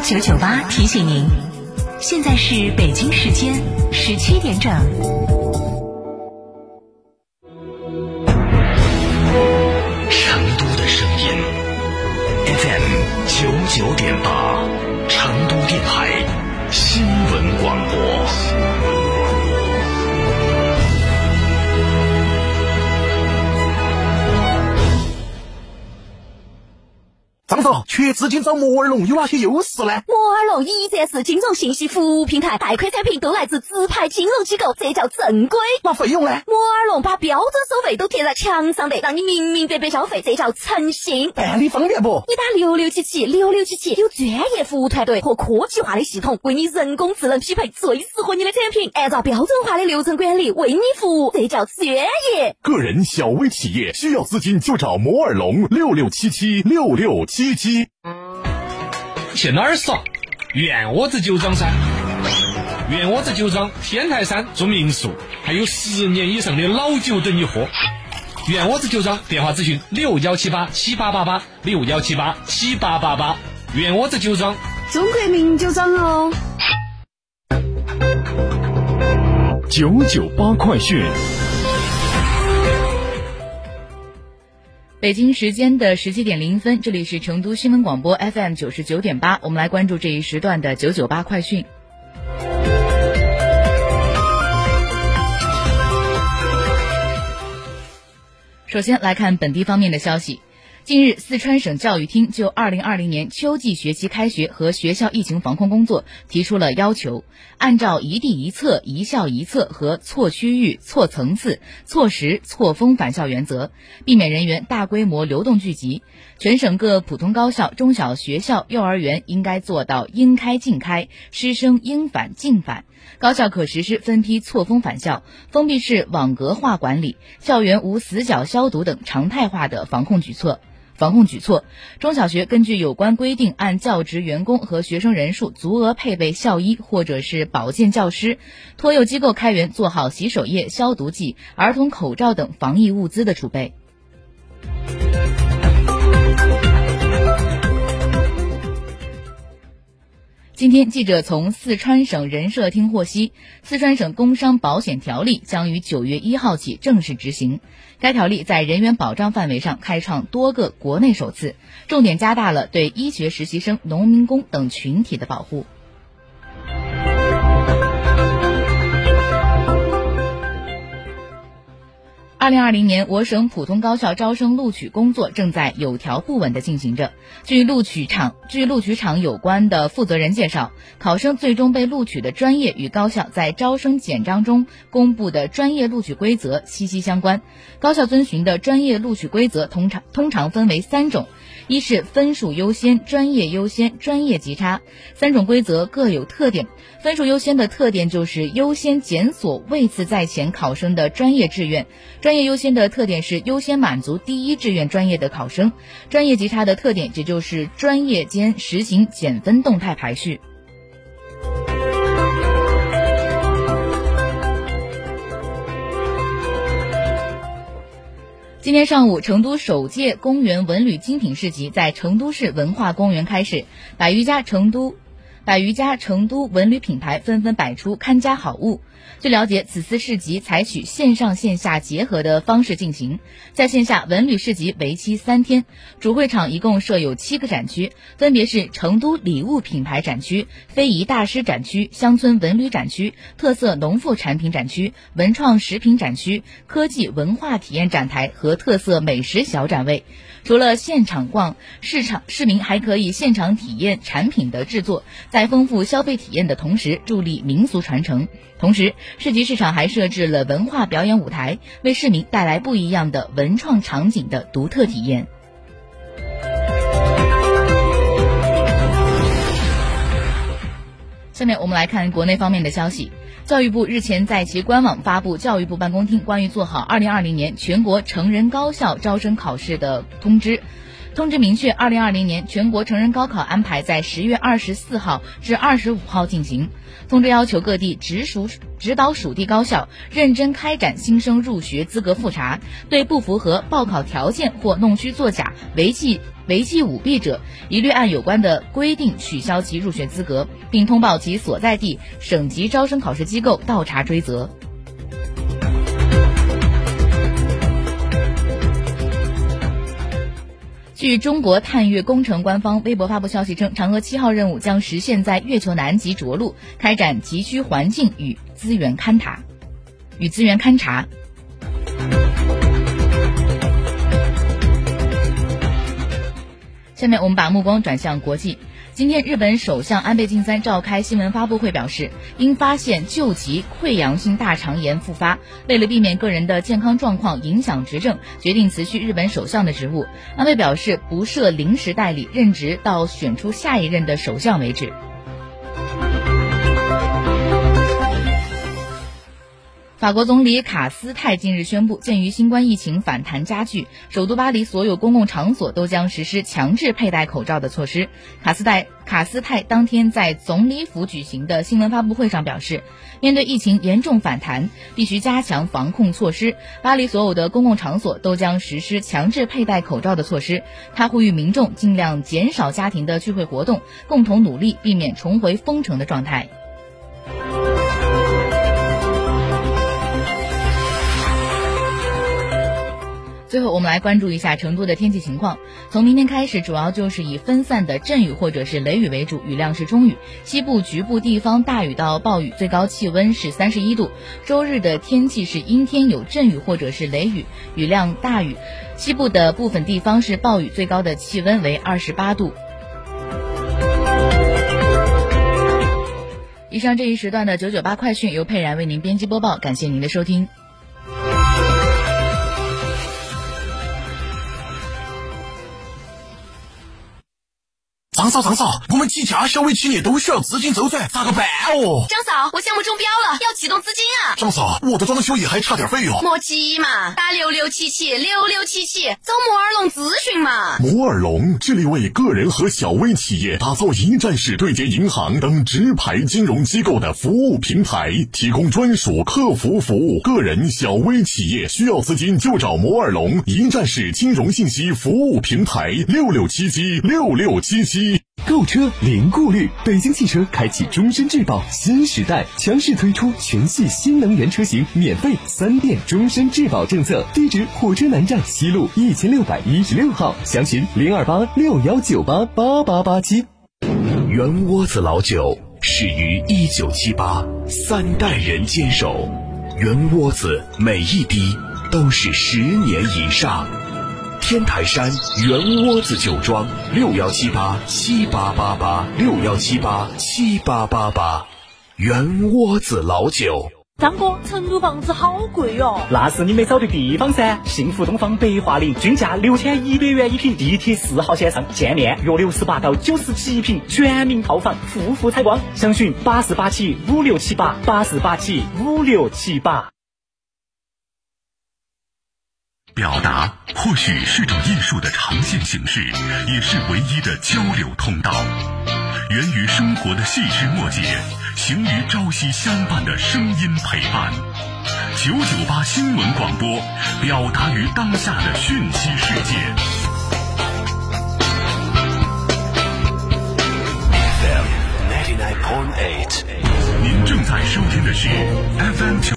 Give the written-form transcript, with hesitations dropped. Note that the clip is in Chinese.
998提醒您，现在是北京时间17点整。 成都的声音 FM 99.8，成都电台新闻广播。 张总，缺资金找摩尔龙有哪些优势呢？ 摩尔龙一站式金融信息服务平台，贷款产品都来自直牌金融机构，这叫正规。 那费用呢？ 摩尔龙把标准收费都贴在墙上的，让你明明白白消费，这叫诚信。 办理方便不？ 你打6677，有专业服务团队和科技化的系统，为你人工智能匹配最适合你的产品，按照标准化的流程管理为你服务，这叫专业。 个人小微企业需要资金就找摩尔龙66776677。 去哪儿耍？院窝子酒庄噻！院窝子酒庄天台山做民宿，还有10年以上的老酒等你喝。院窝子酒庄电话咨询61787888，61787888。院窝子酒庄， 中国名酒庄哦。 998快讯。 北京时间的17点0分，这里是成都新闻广播 FM 99.8，我们来关注这一时段的998快讯。首先来看本地方面的消息。近日，四川省教育厅就2020年秋季学期开学和学校疫情防控工作提出了要求，按照一地一策、一校一策和错区域、错层次、错时、错峰返校原则，避免人员大规模流动聚集。全省各普通高校、中小学校、幼儿园应该做到应开尽开，师生应返尽返。高校可实施分批错峰返校，封闭式网格化管理，校园无死角消毒等常态化的防控举措。中小学根据有关规定，按教职员工和学生人数足额配备校医或者是保健教师。托幼机构开源做好洗手液、消毒剂、儿童口罩等防疫物资的储备。今天，记者从四川省人社厅获悉，四川省工伤保险条例将于9月1号起正式执行。该条例在人员保障范围上开创多个国内首次，重点加大了对医学实习生、农民工等群体的保护。2020年，我省普通高校招生录取工作正在有条不紊地进行着。据录取场有关的负责人介绍，考生最终被录取的专业与高校在招生简章中公布的专业录取规则息息相关。高校遵循的专业录取规则通常分为3种，一是分数优先、专业优先、专业级差。3种规则各有特点。分数优先的特点就是优先检索位次在前考生的专业志愿，专业优先的特点是优先满足第一志愿专业的考生，专业级差的特点也就是专业间实行减分动态排序。今天上午，成都首届公园文旅精品市集在成都市文化公园开市，百余家成都文旅品牌纷纷摆出看家好物。据了解，此次市集采取线上线下结合的方式进行。在线下，文旅市集为期3天，主会场一共设有7个展区，分别是成都礼物品牌展区、非遗大师展区、乡村文旅展区、特色农副产品展区、文创食品展区、科技文化体验展台和特色美食小展位。除了现场逛市民还可以现场体验产品的制作，在丰富消费体验的同时助力民俗传承。同时，市集市场还设置了文化表演舞台，为市民带来不一样的文创场景的独特体验。下面我们来看国内方面的消息。教育部日前在其官网发布教育部办公厅关于做好2020年全国成人高校招生考试的通知。 通知明确，2020年全国成人高考安排在10月24号至25号进行。通知要求各地直导属地高校认真开展新生入学资格复查，对不符合报考条件或弄虚作假、违纪舞弊者，一律按有关的规定取消其入学资格，并通报其所在地省级招生考试机构倒查追责。据中国探月工程官方微博发布消息称，嫦娥7号任务将实现在月球南极着陆，开展极区环境与资源勘察。下面我们把目光转向国际。今天，日本首相安倍晋三召开新闻发布会表示，因发现旧疾溃疡性大肠炎复发，为了避免个人的健康状况影响执政，决定辞去日本首相的职务。安倍表示不设临时代理，任职到选出下一任的首相为止。法国总理卡斯泰近日宣布，鉴于新冠疫情反弹加剧，首都巴黎所有公共场所都将实施强制佩戴口罩的措施。卡斯泰当天在总理府举行的新闻发布会上表示，面对疫情严重反弹，必须加强防控措施，巴黎所有的公共场所都将实施强制佩戴口罩的措施。他呼吁民众尽量减少家庭的聚会活动，共同努力避免重回封城的状态。最后我们来关注一下成都的天气情况。从明天开始，主要就是以分散的阵雨或者是雷雨为主，雨量是中雨，西部局部地方大雨到暴雨，最高气温是31度。周日的天气是阴天有阵雨或者是雷雨，雨量大雨，西部的部分地方是暴雨，最高的气温为28度。以上这一时段的998快讯由佩然为您编辑播报，感谢您的收听。 张嫂，我们几家小微企业都需要资金周转，咋个办哦？ 张嫂，我项目中标了，要启动资金啊！ 张嫂，我的装修也还差点费用。 莫急嘛，打6677，找摩尔龙咨询嘛。 摩尔龙致力为个人和小微企业打造一站式对接银行等直牌金融机构的服务平台，提供专属客服服务。个人小微企业需要资金就找摩尔龙一站式金融信息服务平台，6677。 购车零顾虑，北京汽车开启终身质保新时代，强势推出全系新能源车型免费3电终身质保政策。地址：火车南站西路1616号，详询02861988887。 圆窝子老酒始于1978，3代人坚守，圆窝子每一滴都是10年以上。天台山圆窝子酒庄61787888，61787888，圆窝子老酒。 张哥，成都房子好贵哦。 那是你没找对地方噻，幸福东方白桦林均价6100元一平，地铁4号线上，见面约68到97一平，全民套房，户户采光。详询84875678，84875678。 表达或许是种艺术的呈现形式，也是唯一的交流通道。源于生活的细枝末节，行于朝夕相伴的声音陪伴。998新闻广播，表达于当下的讯息世界。 FM 99.8， 您正在收听的是 FM